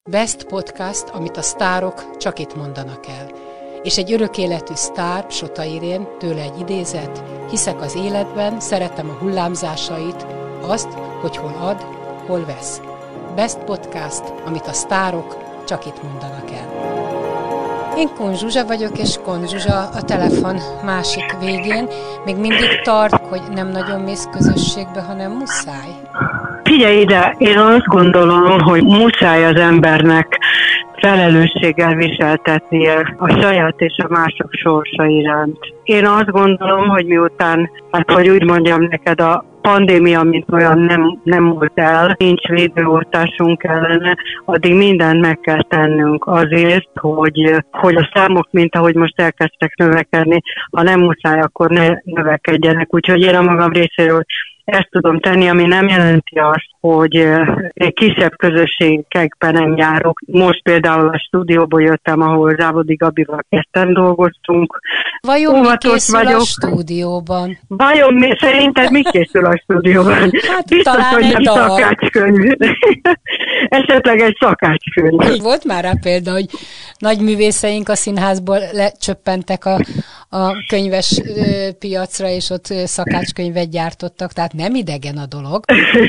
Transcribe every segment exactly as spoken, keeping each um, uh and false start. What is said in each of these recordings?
Best Podcast, amit a sztárok csak itt mondanak el. És egy örök életű sztár, Sota Irén, tőle egy idézet: hiszek az életben, szeretem a hullámzásait, azt, hogy hol ad, hol vesz. Best Podcast, amit a sztárok csak itt mondanak el. Én Kun Zsuzsa vagyok, és Kun Zsuzsa a telefon másik végén. Még mindig tart, hogy nem nagyon mész közösségbe, hanem muszáj. Figyelj ide, én azt gondolom, hogy muszáj az embernek felelősséggel viseltetnie a saját és a mások sorsa iránt. Én azt gondolom, hogy miután, hát hogy úgy mondjam neked, a pandémia, mint olyan nem, nem volt el, nincs védőoltásunk ellene, addig mindent meg kell tennünk azért, hogy, hogy a számok, mint ahogy most elkezdtek növekedni, ha nem muszáj, akkor ne növekedjenek. Úgyhogy én a magam részéről ezt tudom tenni, ami nem jelenti azt, hogy kisebb közösségekben nem járok. Most például a stúdióból jöttem, ahol Závodi Gabival kezdten dolgoztunk. Vajon mi készül vagyok. a stúdióban? Vajon mi, szerinted mi készül a stúdióban? Hát biztos, talán hogy egy egy szakácskönyv. Esetleg egy szakácskönyv. Volt már rá példa, hogy nagy művészeink a színházból lecsöppentek a, a könyves ö, piacra, és ott szakácskönyvet gyártottak, tehát nem idegen a dolog.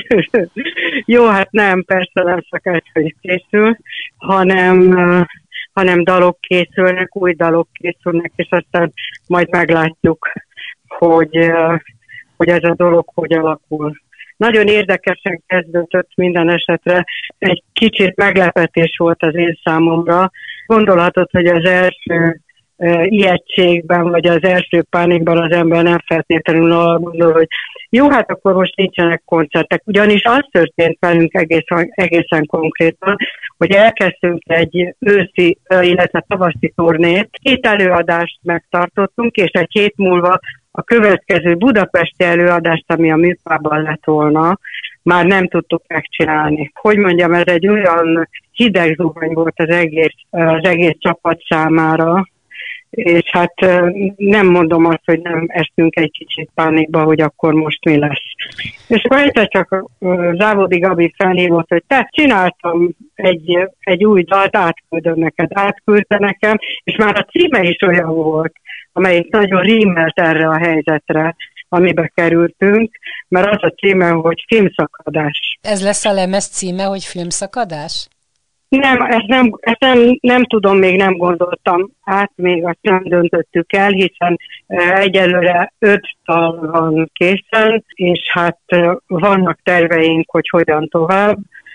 Jó, hát nem, persze nem szakácskönyv készül, hanem, hanem dalok készülnek, új dalok készülnek, és aztán majd meglátjuk, hogy, hogy ez a dolog hogy alakul. Nagyon érdekesen kezdődött minden esetre, egy kicsit meglepetés volt az én számomra. Gondolhatod, hogy az első uh, ijegységben, vagy az első pánikban az ember nem feltétlenül arra gondol, hogy jó, hát akkor most nincsenek koncertek. Ugyanis az történt velünk egészen, egészen konkrétan, hogy elkezdtünk egy őszi, illetve tavaszi turnét, két előadást megtartottunk, és egy hét múlva a következő budapesti előadást, ami a műpában lett volna, már nem tudtuk megcsinálni. Hogy mondjam, ez egy olyan hideg zuhany volt az egész, az egész csapat számára, és hát nem mondom azt, hogy nem estünk egy kicsit pánikba, hogy akkor most mi lesz. És akkor egyszer csak Závodi Gabi felhívott, hogy te, csináltam egy, egy új dalt, átküldöm neked, átküldte nekem, és már a címe is olyan volt, amelyik nagyon rímelt erre a helyzetre, amibe kerültünk, mert az a címe, hogy Filmszakadás. Ez lesz a lemez címe, hogy Filmszakadás? Nem, ezt, nem, ezt nem, nem tudom, még nem gondoltam át, még azt nem döntöttük el, hiszen egyelőre öt dal van készen, és hát vannak terveink, hogy hogyan tovább,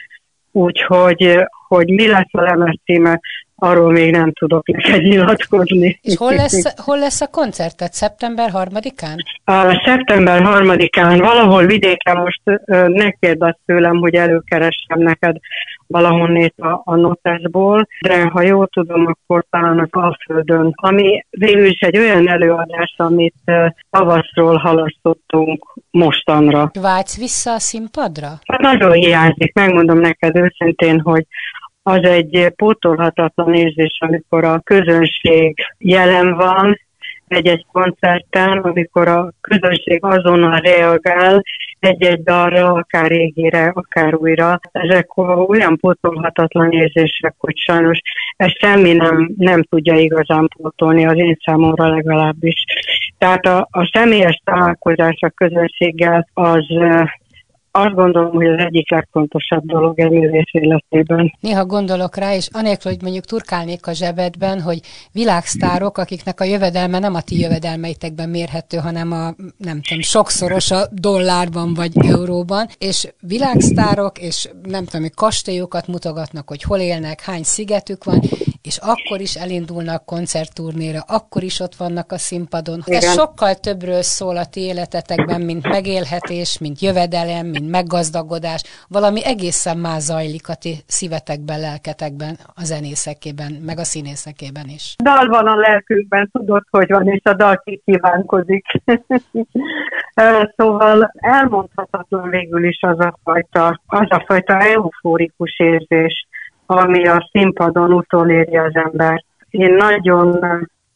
úgyhogy hogy mi lesz a lemez címe, arról még nem tudok neked nyilatkozni. És hol lesz, hol lesz a koncertet? szeptember harmadikán? A szeptember harmadikán valahol vidéken, most uh, ne kérd azt tőlem, hogy előkeressem neked valahonnét a, a notesból, de ha jól tudom, akkor talán az Alföldön, ami végül is egy olyan előadás, amit uh, tavaszról halasztottunk mostanra. Vágysz vissza a színpadra? Hát nagyon hiányzik, megmondom neked őszintén, hogy az egy pótolhatatlan érzés, amikor a közönség jelen van egy-egy koncerten, amikor a közönség azonnal reagál egy-egy dalra, akár régire, akár újra. Ezek olyan pótolhatatlan érzések, hogy sajnos ezt semmi nem, nem tudja igazán pótolni, az én számomra legalábbis. Tehát a, a személyes találkozás a közönséggel az... Azt gondolom, hogy az egyik legfontosabb dolog egy művész életében. Néha gondolok rá, és anélkül, hogy mondjuk turkálnék a zsebedben, hogy világsztárok, akiknek a jövedelme nem a ti jövedelmeitekben mérhető, hanem a, nem tudom, sokszoros a dollárban vagy euróban, és világsztárok, és nem tudom, kastélyokat mutogatnak, hogy hol élnek, hány szigetük van, és akkor is elindulnak koncertturnéra, akkor is ott vannak a színpadon. Igen. Ez sokkal többről szól a ti életetekben, mint megélhetés, mint jövedelem, mint meggazdagodás. Valami egészen más zajlik a ti szívetekben, lelketekben, a zenészekében, meg a színészekében is. Dal van a lelkünkben, tudod, hogy van, és a dal kikívánkozik. Szóval elmondhatatlan végül is az a fajta, az a fajta eufórikus érzés, ami a színpadon utoléri az embert. Én nagyon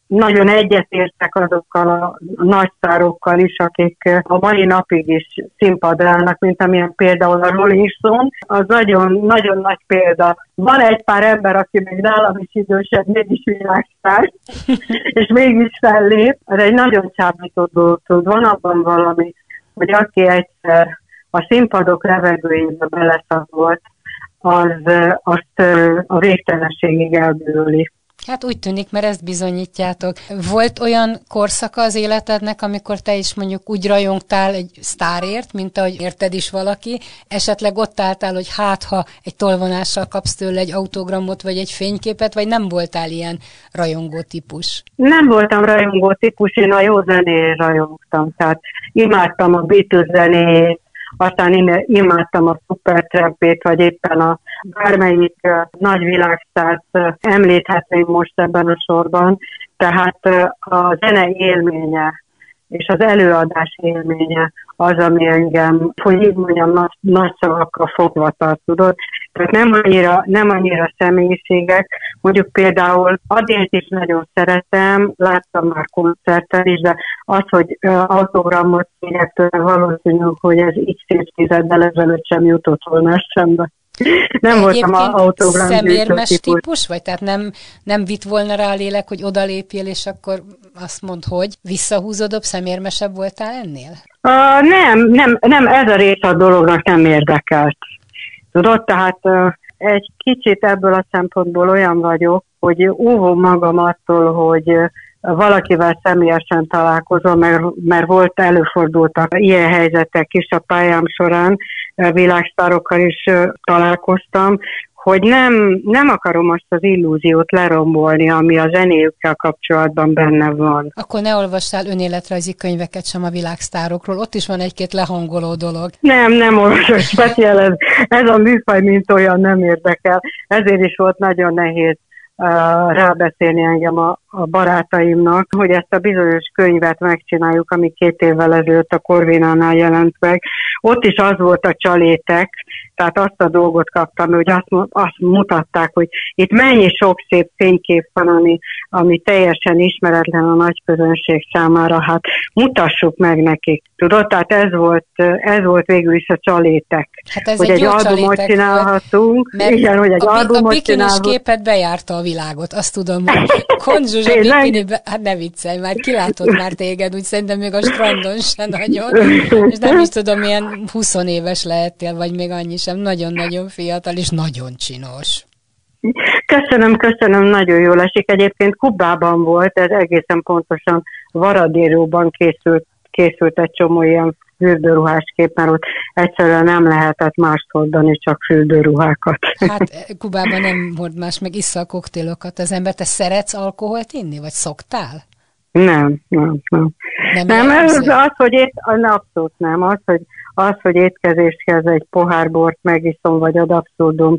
nagyon egyetértek azokkal a nagyszárokkal is, akik a mai napig is színpadra állnak, mint amilyen például a Rolling Stone. Az nagyon, nagyon nagy példa. Van egy pár ember, aki még nálam is idősebb, mégis világsztár, és mégis fellép. Ez egy nagyon csábító dolog tud. Van abban valami, hogy aki egyszer a színpadok levegőjébe beleszagolt, az azt a végtelenségig elbűröli. Hát úgy tűnik, mert ezt bizonyítjátok. Volt olyan korszaka az életednek, amikor te is mondjuk úgy rajongtál egy sztárért, mint ahogy érted is valaki, esetleg ott álltál, hogy hát, ha egy tolvonással kapsz tőle egy autogramot, vagy egy fényképet, vagy nem voltál ilyen rajongó típus? Nem voltam rajongó típus, én a jó zenére rajongtam, tehát imádtam a Beatles zenét, aztán imádtam a Supertrampét, vagy éppen a bármelyik uh, nagy világsztárt uh, említhetném most ebben a sorban. Tehát uh, a zene élménye és az előadás élménye az, ami engem, hogy így mondjam, nagy, nagy szavakkal fogva tart, tudod. Tehát nem annyira, nem annyira személyiségek, mondjuk például Adélt is nagyon szeretem, láttam már koncerten is, de az, hogy uh, autogramot kérek tőle, valószínű, hogy ez így évtizeddel ezelőtt sem jutott volna eszembe. Nem voltam az autogram szemérmes típus. típus, vagy tehát nem, nem vitt volna rá a lélek, hogy odalépjél, és akkor azt mondd, hogy visszahúzódóbb, szemérmesebb voltál ennél? Uh, nem, nem, nem, ez a része a dolognak nem érdekelt. Tudod, tehát uh, egy kicsit ebből a szempontból olyan vagyok, hogy óvom magam attól, hogy uh, valakivel személyesen találkozom, mert, mert volt, előfordultak ilyen helyzetek is a pályám során, világsztárokkal is találkoztam, hogy nem, nem akarom azt az illúziót lerombolni, ami a zenéjükkel kapcsolatban benne van. Akkor ne olvassál önéletrajzi könyveket sem a világsztárokról, ott is van egy-két lehangoló dolog. Nem, nem olvasom, speciál ez, ez a műfaj, mint olyan nem érdekel. Ezért is volt nagyon nehéz uh, rábeszélni engem a, a barátaimnak, hogy ezt a bizonyos könyvet megcsináljuk, ami két évvel ezelőtt a Corvinánál jelent meg. Ott is az volt a csalétek, tehát azt a dolgot kaptam, hogy azt, azt mutatták, hogy itt mennyi sok szép fénykép van, ami, ami teljesen ismeretlen a nagy közönség számára, hát mutassuk meg nekik. Tudod, tehát ez volt, ez volt végül is a csalétek. Hát ez hogy egy, egy albumot csinálhatunk. Volt, igen, hogy egy a, albumot a bikinis képet bejárta a világot, azt tudom, hogy Konzsuzsa bikinibe, hát ne viccelj, már kilátod már téged, úgy szerintem még a strandon sem nagyon, és nem is tudom, milyen húsz éves lehettél, vagy még annyi sem, nagyon-nagyon fiatal, és nagyon csinos. Köszönöm, köszönöm, nagyon jól esik. Egyébként Kubában volt, ez egészen pontosan Varadéróban készült, készült egy csomó ilyen fürdőruhás kép, mert ott egyszerűen nem lehetett mást hordani, csak fürdőruhákat. Hát Kubában nem hord más, meg issza a koktélokat az ember. Te szeretsz alkoholt inni, vagy szoktál? Nem, nem, nem. Nem, nem ez az, hogy ét, abszolút nem. Az, hogy, az, hogy étkezéshez egy pohár bort megiszom, vagy ad abszurdum.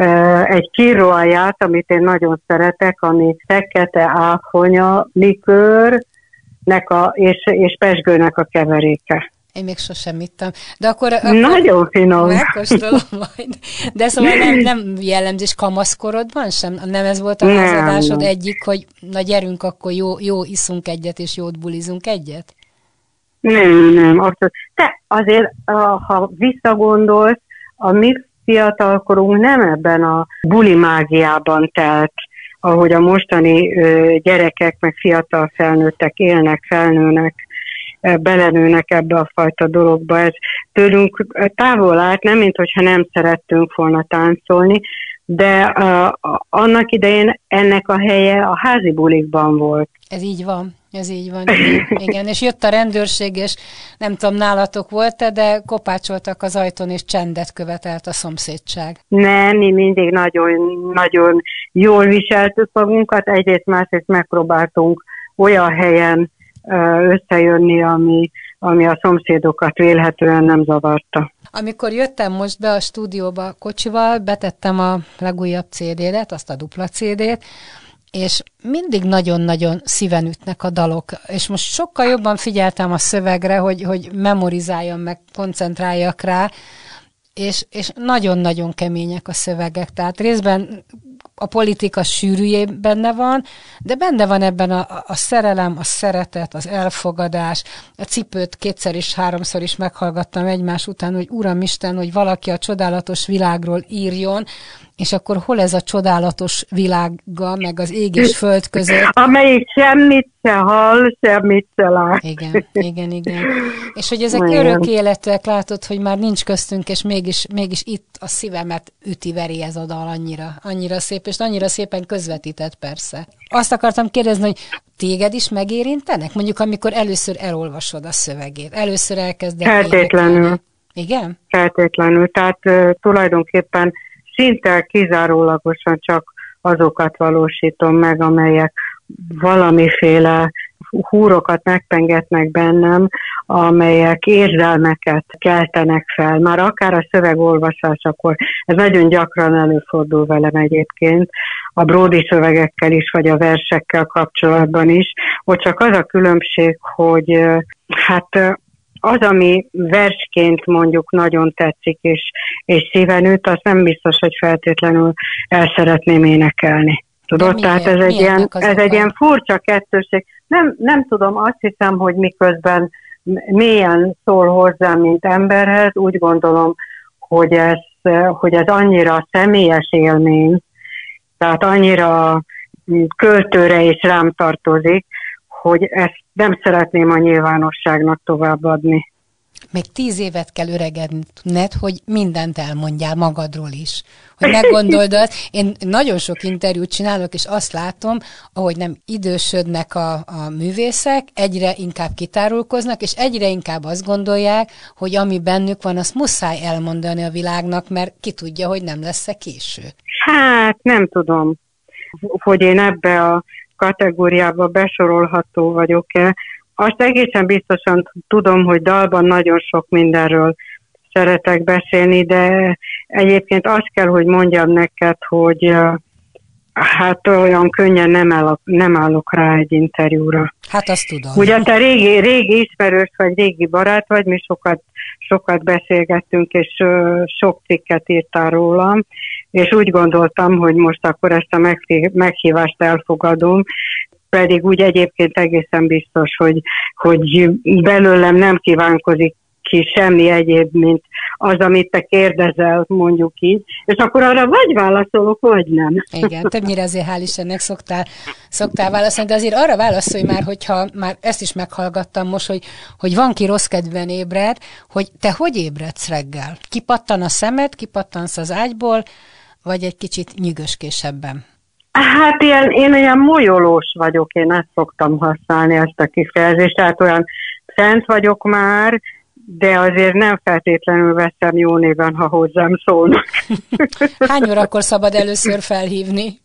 Egy kirroaját, amit én nagyon szeretek, ami fekete áfonya, likőr, a, és, és pezsgőnek a keveréke. Én még sosem ittam. De akkor, akkor nagyon finom. Megkóstolom majd. De szóval nem, nem jellemzés kamaszkorodban sem? Nem ez volt a házadásod egyik, hogy na gyerünk, akkor jó, jó iszunk egyet, és jót bulizunk egyet? Nem, nem. Abszolút. Te azért, ha visszagondolsz, a mi fiatalkorunk nem ebben a buli mágiában telt, ahogy a mostani ö, gyerekek, meg fiatal felnőttek élnek, felnőnek, belenőnek ebbe a fajta dologba. Ez tőlünk távol állt, nem mint hogyha nem szerettünk volna táncolni, de uh, annak idején ennek a helye a házi bulikban volt. Ez így van, ez így van. Igen, és jött a rendőrség, és nem tudom, nálatok volt-e, de kopácsoltak az ajtón, és csendet követelt a szomszédság. Nem, mi mindig nagyon, nagyon jól viseltük magunkat, egyrészt másrészt megpróbáltunk olyan helyen összejönni, ami, ami a szomszédokat vélhetően nem zavarta. Amikor jöttem most be a stúdióba kocsival, betettem a legújabb cé dé-et, azt a dupla cé dét, és mindig nagyon-nagyon szíven ütnek a dalok, és most sokkal jobban figyeltem a szövegre, hogy, hogy memorizáljam meg, koncentráljak rá, és, és nagyon-nagyon kemények a szövegek, tehát részben a politika sűrűjében benne van, de benne van ebben a, a szerelem, a szeretet, az elfogadás, a cipőt kétszer is, háromszor is meghallgattam egymás után, hogy Uramisten, hogy valaki a csodálatos világról írjon, és akkor hol ez a csodálatos világa, meg az ég és föld között? Amelyik semmit se hall, semmit se lát. Igen, igen, igen. És hogy ezek örök életűek, látod, hogy már nincs köztünk, és mégis, mégis itt a szívemet üti-veri ez a dal annyira, annyira szép, és annyira szépen közvetített persze. Azt akartam kérdezni, hogy téged is megérintenek? Mondjuk, amikor először elolvasod a szövegét, először elkezded... Feltétlenül. Igen? Feltétlenül. Tehát uh, tulajdonképpen szinte kizárólagosan csak azokat valósítom meg, amelyek valamiféle húrokat megpengetnek bennem, amelyek érzelmeket keltenek fel. Már akár a szövegolvasásakor, ez nagyon gyakran előfordul velem egyébként, a Bródi szövegekkel is, vagy a versekkel kapcsolatban is, hogy csak az a különbség, hogy hát az, ami versként mondjuk nagyon tetszik, és, és szíven üt, azt nem biztos, hogy feltétlenül el szeretném énekelni. Tudod? Milyen, Tehát ez egy, ilyen, ez egy ilyen furcsa kettőség. Nem, nem tudom, azt hiszem, hogy miközben mélyen szól hozzám, mint emberhez, úgy gondolom, hogy ez, hogy ez annyira személyes élmény, tehát annyira költőre is rám tartozik, hogy ezt nem szeretném a nyilvánosságnak továbbadni. Még tíz évet kell öregedned, hogy mindent elmondjál magadról is. Hogy meggondold azt. Én nagyon sok interjút csinálok, és azt látom, ahogy nem idősödnek a, a művészek, egyre inkább kitárulkoznak, és egyre inkább azt gondolják, hogy ami bennük van, azt muszáj elmondani a világnak, mert ki tudja, hogy nem lesz-e késő. Hát nem tudom, hogy én ebbe a kategóriába besorolható vagyok-e. Azt egészen biztosan tudom, hogy dalban nagyon sok mindenről szeretek beszélni, de egyébként azt kell, hogy mondjam neked, hogy hát olyan könnyen nem állok, nem állok rá egy interjúra. Hát azt tudom. Ugye te régi, régi ismerős vagy, régi barát vagy, mi sokat, sokat beszélgettünk, és uh, sok cikket írtál rólam, és úgy gondoltam, hogy most akkor ezt a meghívást elfogadom, pedig úgy egyébként egészen biztos, hogy, hogy belőlem nem kívánkozik ki semmi egyéb, mint az, amit te kérdezel, mondjuk így, és akkor arra vagy válaszolok, vagy nem. Igen, többnyire azért hál' Istennek szoktál, szoktál válaszolni, de azért arra válaszolj már, hogyha már ezt is meghallgattam most, hogy, hogy van ki rossz kedven ébred, hogy te hogy ébredsz reggel? Kipattan a szemed, kipattansz az ágyból, vagy egy kicsit nyűgöskésebben? Hát ilyen, én olyan molyolós vagyok, én ezt szoktam használni, ezt a kifejezést, tehát olyan fent vagyok már, de azért nem feltétlenül veszem jó néven, ha hozzám szólnak. Hány órakor szabad először felhívni?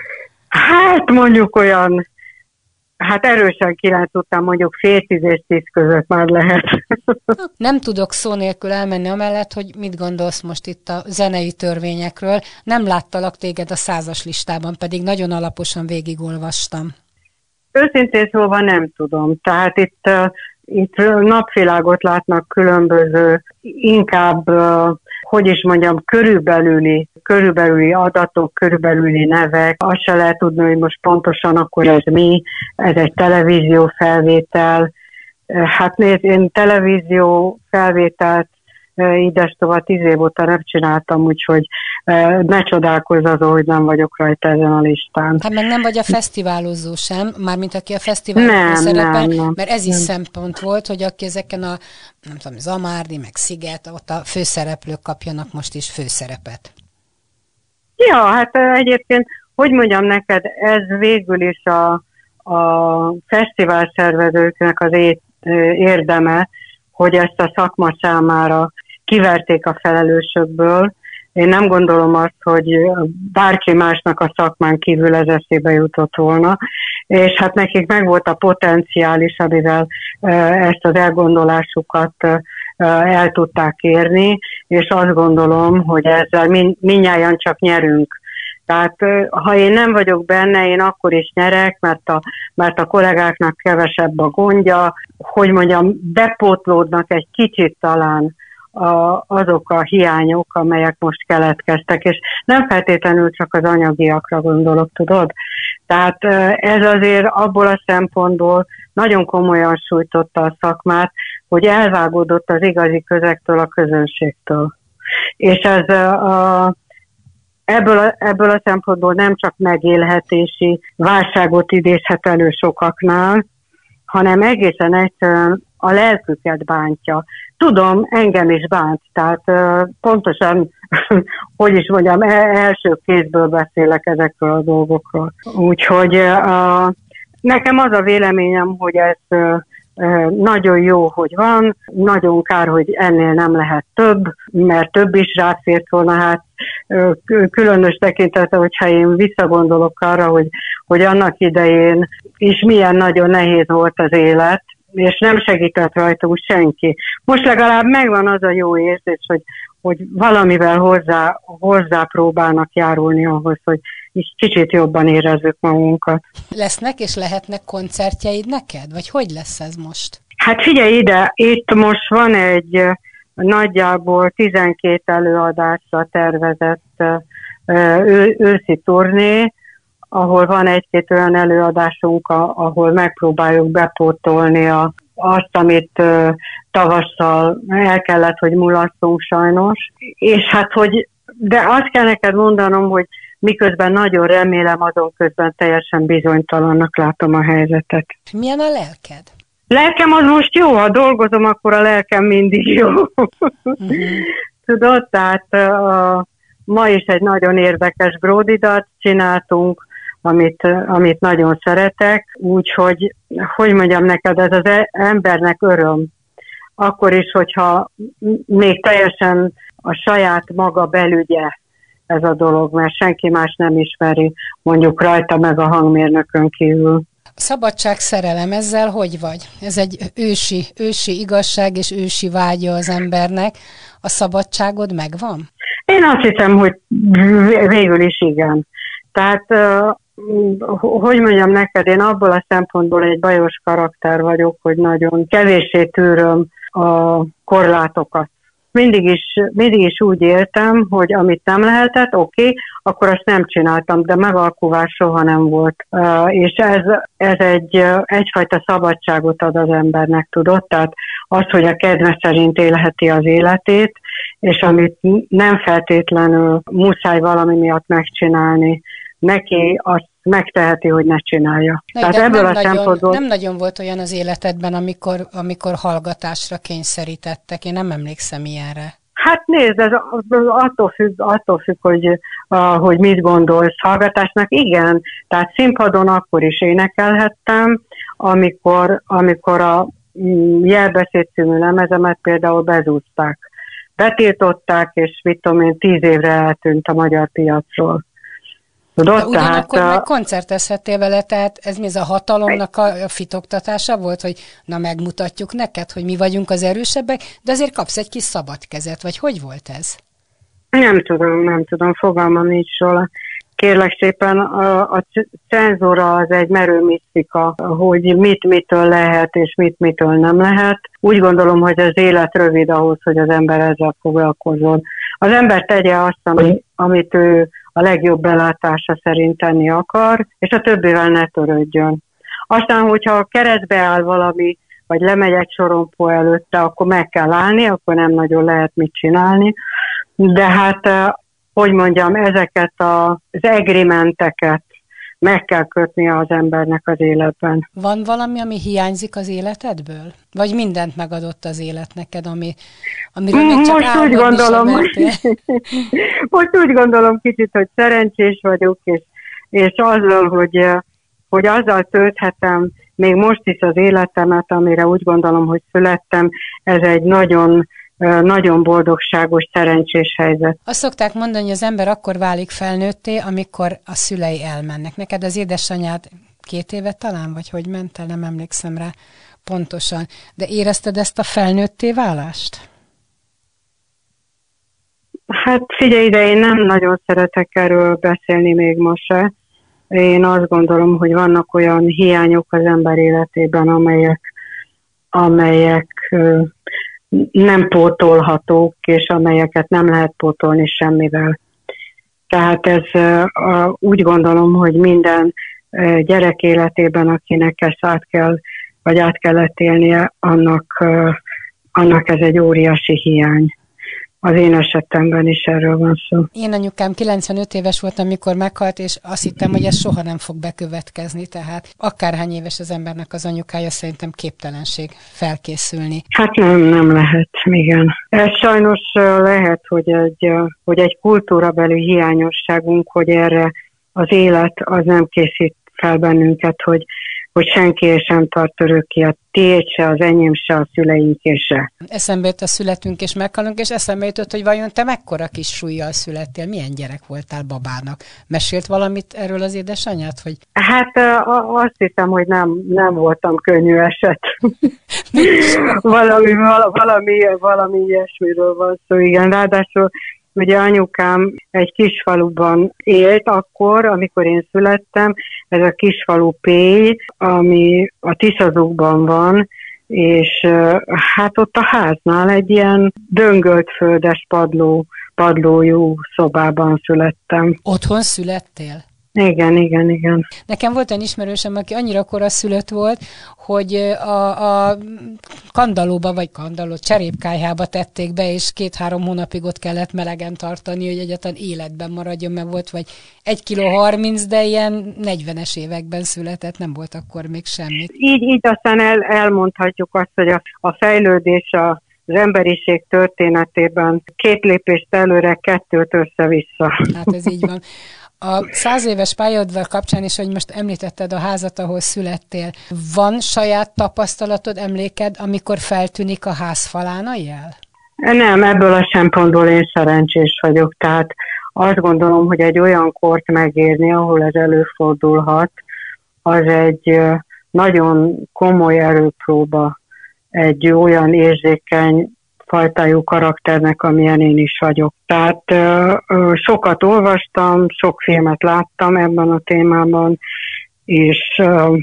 Hát mondjuk olyan, hát erősen kilenc után mondjuk fél tíz és tíz között már lehet. Nem tudok szó nélkül elmenni amellett, hogy mit gondolsz most itt a zenei törvényekről. Nem láttalak téged a százas listában, pedig nagyon alaposan végigolvastam. Őszintén szólva nem tudom. Tehát itt, uh, itt napvilágot látnak különböző, inkább, uh, hogy is mondjam, körülbelüli, körülbelüli adatok, körülbelüli nevek. Azt se lehet tudni, hogy most pontosan akkor ez mi, ez egy televízió felvétel. Hát nézd, én televízió felvételt idestova tíz év óta nem csináltam, úgyhogy ne csodálkozz azon, hogy nem vagyok rajta ezen a listán. Hát meg nem vagy a fesztiválozó sem, mármint aki a fesztiválon szerepel, nem, nem, mert ez is nem. szempont volt, hogy aki ezeken a, nem tudom, Zamárdi, meg Sziget, ott a főszereplők kapjanak most is főszerepet. Ja, hát egyébként, hogy mondjam neked, ez végül is a, a fesztivál szervezőknek az érdeme, hogy ezt a szakma számára kiverték a felelősökből. Én nem gondolom azt, hogy bárki másnak a szakmán kívül ez eszébe jutott volna, és hát nekik meg volt a potenciális, amivel ezt az elgondolásukat el tudták érni, és azt gondolom, hogy ezzel min- mindnyájan csak nyerünk. Tehát ha én nem vagyok benne, én akkor is nyerek, mert a, mert a kollégáknak kevesebb a gondja, hogy mondjam, bepótlódnak egy kicsit talán a, azok a hiányok, amelyek most keletkeztek, és nem feltétlenül csak az anyagiakra gondolok, tudod? Tehát ez azért abból a szempontból nagyon komolyan sújtotta a szakmát, hogy elvágódott az igazi közegtől a közönségtől. És ez a, ebből, a, ebből a szempontból nem csak megélhetési válságot idézhet elő sokaknál, hanem egészen egyszerűen a lelküket bántja. Tudom, engem is bánt, tehát uh, pontosan, hogy is mondjam, első kézből beszélek ezekről a dolgokról. Úgyhogy uh, nekem az a véleményem, hogy ez uh, nagyon jó, hogy van, nagyon kár, hogy ennél nem lehet több, mert több is ráfért volna, hát különös tekintettel, hogyha én visszagondolok arra, hogy, hogy annak idején is milyen nagyon nehéz volt az élet, és nem segített rajta úgy senki. Most legalább megvan az a jó érzés, hogy, hogy valamivel hozzá, hozzá próbálnak járulni ahhoz, hogy kicsit jobban érezzük magunkat. Lesznek és lehetnek koncertjeid neked? Vagy hogy lesz ez most? Hát figyelj ide, itt most van egy nagyjából tizenkét előadásra tervezett ő, őszi turné, ahol van egy-két olyan előadásunk, ahol megpróbáljuk bepótolni a, azt, amit uh, tavasszal el kellett, hogy mulasszunk sajnos. És hát, hogy, de azt kell neked mondanom, hogy miközben nagyon remélem, azon közben teljesen bizonytalannak látom a helyzetet. Milyen a lelked? Lelkem az most jó, ha dolgozom, akkor a lelkem mindig jó. Uh-huh. Tudod, tehát uh, ma is egy nagyon érdekes Bródidat csináltunk, amit, amit nagyon szeretek, úgyhogy, hogy mondjam neked, ez az embernek öröm. Akkor is, hogyha még teljesen a saját maga belügye ez a dolog, mert senki más nem ismeri, mondjuk rajta meg a hangmérnökön kívül. Szabadság, szerelem, ezzel hogy vagy? Ez egy ősi, ősi igazság és ősi vágya az embernek. A szabadságod megvan? Én azt hiszem, hogy végül is igen. Tehát, hogy mondjam neked, én abból a szempontból egy bajos karakter vagyok, hogy nagyon kevéssé tűröm a korlátokat. Mindig is, mindig is úgy éltem, hogy amit nem lehetett, oké, okay, akkor azt nem csináltam, de megalkuvás soha nem volt. Uh, és ez, ez egy, egyfajta szabadságot ad az embernek, tudod? Tehát az, hogy a kedve szerint élheti az életét, és amit nem feltétlenül muszáj valami miatt megcsinálni, neki azt megteheti, hogy ne csinálja. Na, Tehát ebből nem, a nagyon, szempontból... nem nagyon volt olyan az életedben, amikor, amikor hallgatásra kényszerítettek. Én nem emlékszem ilyenre. Hát nézd, ez attól függ, attól függ hogy, uh, hogy mit gondolsz hallgatásnak. Igen, tehát színpadon akkor is énekelhettem, amikor, amikor a Jelbeszéd című lemezemet például bezúzták. Betiltották, és mit tudom én, tíz évre eltűnt a magyar piacról. Tudod, de ugyanakkor tehát, meg koncertezhettél vele, tehát ez mi ez a hatalomnak a, a fitoktatása volt, hogy na megmutatjuk neked, hogy mi vagyunk az erősebbek, de azért kapsz egy kis szabad kezet, vagy hogy volt ez? Nem tudom, nem tudom, fogalmam nincs róla. Kérlek szépen, a, a cenzúra az egy merő misztika, hogy mit mitől lehet, és mit mitől nem lehet. Úgy gondolom, hogy az élet rövid ahhoz, hogy az ember ezzel foglalkozzon. Az ember tegye azt, amit, amit ő a legjobb belátása szerint tenni akar, és a többivel ne törődjön. Aztán, hogyha keresztbe áll valami, vagy lemegy egy sorompó előtte, akkor meg kell állni, akkor nem nagyon lehet mit csinálni. De hát, hogy mondjam, ezeket az agreementeket meg kell kötnie az embernek az életben. Van valami, ami hiányzik az életedből? Vagy mindent megadott az élet neked, ami, amiről még csak Most úgy gondolom, most úgy gondolom kicsit, hogy szerencsés vagyok, és, és azzal, hogy, hogy azzal tölthetem még most is az életemet, amire úgy gondolom, hogy születtem, ez egy nagyon nagyon boldogságos, szerencsés helyzet. Azt szokták mondani, hogy az ember akkor válik felnőtté, amikor a szülei elmennek. Neked az édesanyád két éve talán, vagy hogy ment el, nem emlékszem rá pontosan. De érezted ezt a felnőtté válást? Hát figyelj ide, én nem nagyon szeretek erről beszélni még ma se. Én azt gondolom, hogy vannak olyan hiányok az ember életében, amelyek, amelyek nem pótolhatók, és amelyeket nem lehet pótolni semmivel. Tehát ez úgy gondolom, hogy minden gyerek életében, akinek ezt át kell, vagy át kellett élnie, annak, annak ez egy óriási hiány. Az én esetemben is erről van szó. Én anyukám kilencvenöt éves volt, amikor meghalt, és azt hittem, hogy ez soha nem fog bekövetkezni, tehát akárhány éves az embernek az anyukája, szerintem képtelenség felkészülni. Hát nem, nem lehet, igen. Ez sajnos lehet, hogy egy, hogy egy kultúrabeli hiányosságunk, hogy erre az élet az nem készít fel bennünket, hogy hogy senki sem tart örökké, a tiéd se, az enyém se, a szüleinké se. Eszembe jött a születünk és meghalunk, és eszembe jutott, hogy vajon te mekkora kis súllyal születtél, milyen gyerek voltál babának? Mesélt valamit erről az édesanyád? Hogy... Hát azt hiszem, hogy nem, nem voltam könnyű eset. valami, valami, valami ilyesmiről van szó, igen. Ráadásul ugye anyukám egy kisfaluban élt akkor, amikor én születtem, ez a kisfalu Pély, ami a Tiszazókban van, és hát ott a háznál egy ilyen döngölt földes padló, padlójú szobában születtem. Otthon születtél? Igen, igen, igen. Nekem volt egy ismerősöm, aki annyira koraszülött volt, hogy a, a kandallóba, vagy kandalló cserépkályhába tették be, és két-három hónapig ott kellett melegen tartani, hogy egyáltalán életben maradjon, mert volt vagy egy kiló harminc, de ilyen negyvenes években született, nem volt akkor még semmit. Így, így aztán el, elmondhatjuk azt, hogy a, a fejlődés a az emberiség történetében két lépést előre, kettőt össze-vissza. Hát ez így van. A száz éves pályaudvar kapcsán is, hogy most említetted a házat, ahol születtél, van saját tapasztalatod, emléked, amikor feltűnik a ház falán a jel? Nem, ebből a szempontból én szerencsés vagyok, tehát azt gondolom, hogy egy olyan kort megérni, ahol ez előfordulhat, az egy nagyon komoly erőpróba, egy olyan érzékeny fajtájú karakternek, amilyen én is vagyok. Tehát ö, ö, sokat olvastam, sok filmet láttam ebben a témában, és ö,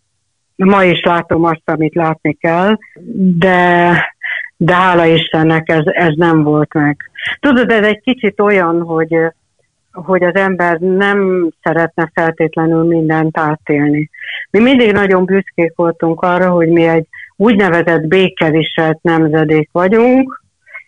ma is látom azt, amit látni kell, de, de hála Istennek ez, ez nem volt meg. Tudod, ez egy kicsit olyan, hogy, hogy az ember nem szeretne feltétlenül mindent átélni. Mi mindig nagyon büszkék voltunk arra, hogy mi egy úgynevezett békeviselt nemzedék vagyunk,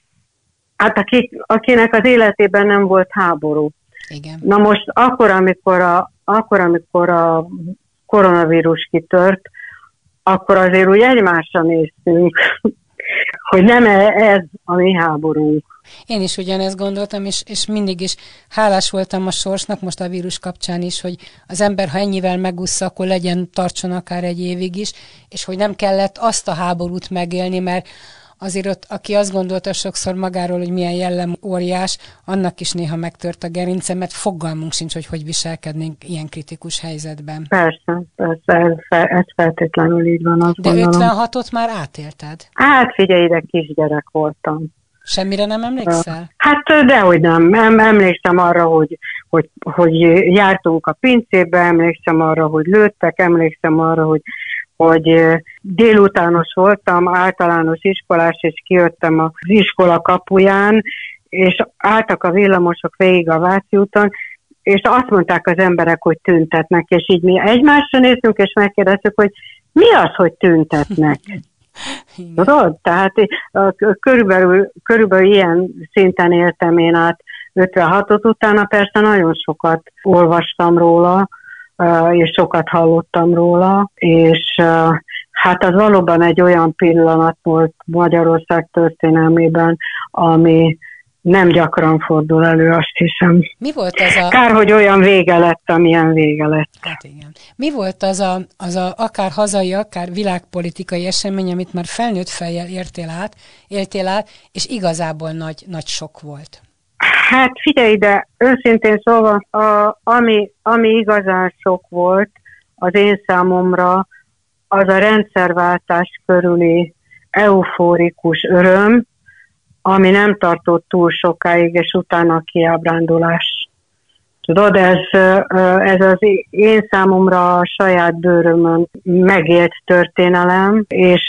hát akik, akinek az életében nem volt háború. Igen. Na most akkor, amikor a, akkor, amikor a koronavírus kitört, akkor azért úgy egymásra néztünk, hogy nem ez a mi háborunk. Én is ugyanezt gondoltam, és, és mindig is hálás voltam a sorsnak, most a vírus kapcsán is, hogy az ember, ha ennyivel megúszza, akkor legyen, tartson akár egy évig is, és hogy nem kellett azt a háborút megélni, mert azért ott, aki azt gondolta sokszor magáról, hogy milyen jellem óriás, annak is néha megtört a gerince, mert fogalmunk sincs, hogy hogy viselkednénk ilyen kritikus helyzetben. Persze, persze, ez, ez feltétlenül így van, azt De gondolom. ötvenhatot már átélted? Hát figyelj, ide kisgyerek voltam. Semmire nem emlékszel? Hát dehogy nem. Emlékszem arra, hogy, hogy, hogy jártunk a pincébe, emlékszem arra, hogy lőttek, emlékszem arra, hogy, hogy délutános voltam, általános iskolás, és kijöttem az iskola kapuján, és álltak a villamosok végig a Váci úton, és azt mondták az emberek, hogy tüntetnek, és így mi egymásra néztünk, és megkérdeztük, hogy mi az, hogy tüntetnek? Tudod? Tehát körülbelül, körülbelül ilyen szinten éltem én át ötvenhatot, utána persze nagyon sokat olvastam róla, és sokat hallottam róla, és hát az valóban egy olyan pillanat volt Magyarország történelmében, ami nem gyakran fordul elő, azt hiszem. Mi volt az a... Kár, hogy olyan vége lett, amilyen vége lett. Hát igen. Mi volt az a, az a akár hazai, akár világpolitikai esemény, amit már felnőtt fejjel értél át, éltél át, és igazából nagy, nagy sok volt? Hát figyelj ide, őszintén szóval, a, ami, ami igazán sok volt az én számomra, az a rendszerváltás körüli eufórikus öröm, ami nem tartott túl sokáig, és utána a kiábrándulás. Tudod, ez, ez az én számomra a saját bőrömön megélt történelem, és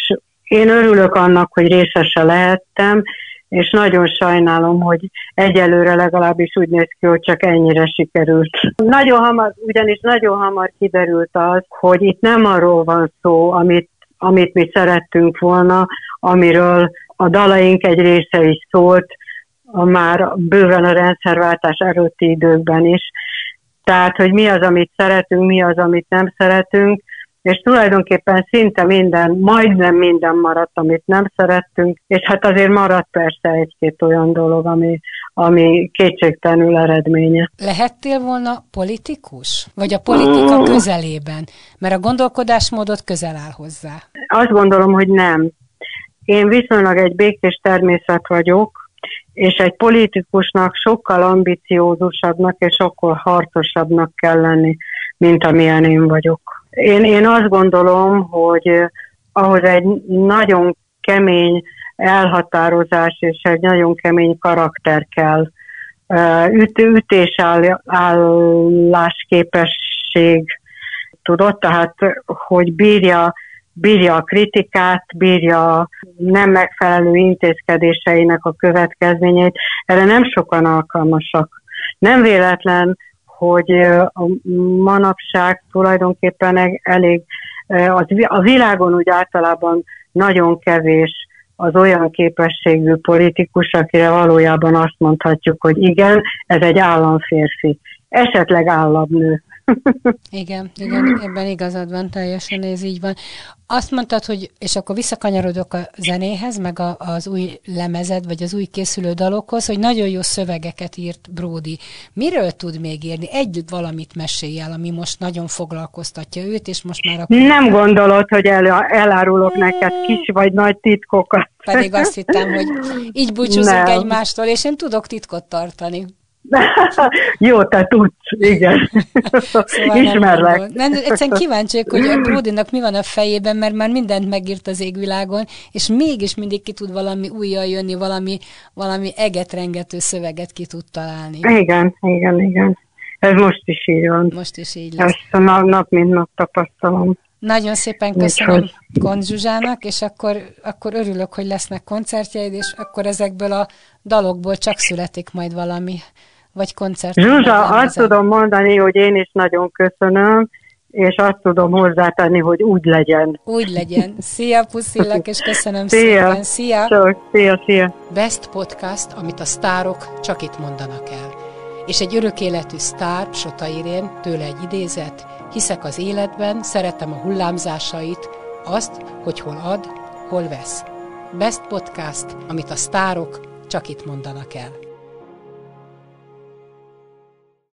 Én örülök annak, hogy részese lehettem, és nagyon sajnálom, hogy egyelőre legalábbis úgy néz ki, hogy csak ennyire sikerült. Nagyon hamar, ugyanis nagyon hamar kiderült az, hogy itt nem arról van szó, amit, amit mi szerettünk volna, amiről a dalaink egy része is szólt, már bőven a rendszerváltás előtti időkben is. Tehát, hogy mi az, amit szeretünk, mi az, amit nem szeretünk, és tulajdonképpen szinte minden, majdnem minden maradt, amit nem szerettünk, és hát azért maradt persze egy-két olyan dolog, ami, ami kétségtelenül eredménye. Lehettél volna politikus? Vagy a politika közelében? Mert a gondolkodásmódot közel áll hozzá. Azt gondolom, hogy nem. Én viszonylag egy békés természet vagyok, és egy politikusnak sokkal ambiciózusabbnak és sokkal harcosabbnak kell lenni, mint amilyen én vagyok. Én, én azt gondolom, hogy ahhoz egy nagyon kemény elhatározás és egy nagyon kemény karakter kell. Üt, ütésálllásképesség, tudod, tehát hogy bírja, bírja a kritikát, bírja nem megfelelő intézkedéseinek a következményeit. Erre nem sokan alkalmasak. Nem véletlen, hogy a manapság tulajdonképpen elég, a világon úgy általában nagyon kevés az olyan képességű politikus, akire valójában azt mondhatjuk, hogy igen, ez egy államférfi, esetleg államnő. Igen, igen, ebben igazad van, teljesen ez így van. Azt mondtad, hogy, és akkor visszakanyarodok a zenéhez, meg a, az új lemezed, vagy az új készülő dalokhoz, hogy nagyon jó szövegeket írt Bródi. Miről tud még írni? Együtt valamit mesélj el, ami most nagyon foglalkoztatja őt, és most már akkor... Nem gondolod, hogy el, elárulok neked kis vagy nagy titkokat. Pedig azt hittem, hogy így búcsúzunk egymástól, és én tudok titkot tartani. Jó, te tudsz, igen. Szóval ismerlek. Nem, nem, egyszerűen kíváncsiak, hogy a Bródinak mi van a fejében, mert már mindent megírt az égvilágon, és mégis mindig ki tud valami újjal jönni, valami, valami egetrengető szöveget ki tud találni. Igen, igen, igen. Ez most is így van. Most is így lesz. Ezt a nap, nap mint nap tapasztalom. Nagyon szépen köszönöm Kont Zsuzsának, és akkor, akkor örülök, hogy lesznek koncertjeid, és akkor ezekből a dalokból csak születik majd valami, vagy koncert. Zsuzsa, azt tudom mondani, hogy én is nagyon köszönöm, és azt tudom hozzátenni, hogy úgy legyen. Úgy legyen. Szia, puszillak, és köszönöm szia. szépen. Szia! Csak, szia, szia! Best Podcast, amit a sztárok csak itt mondanak el. És egy örök életű sztár, Sota Irén, tőle egy idézet: hiszek az életben, szeretem a hullámzásait, azt, hogy hol ad, hol vesz. Best Podcast, amit a sztárok csak itt mondanak el.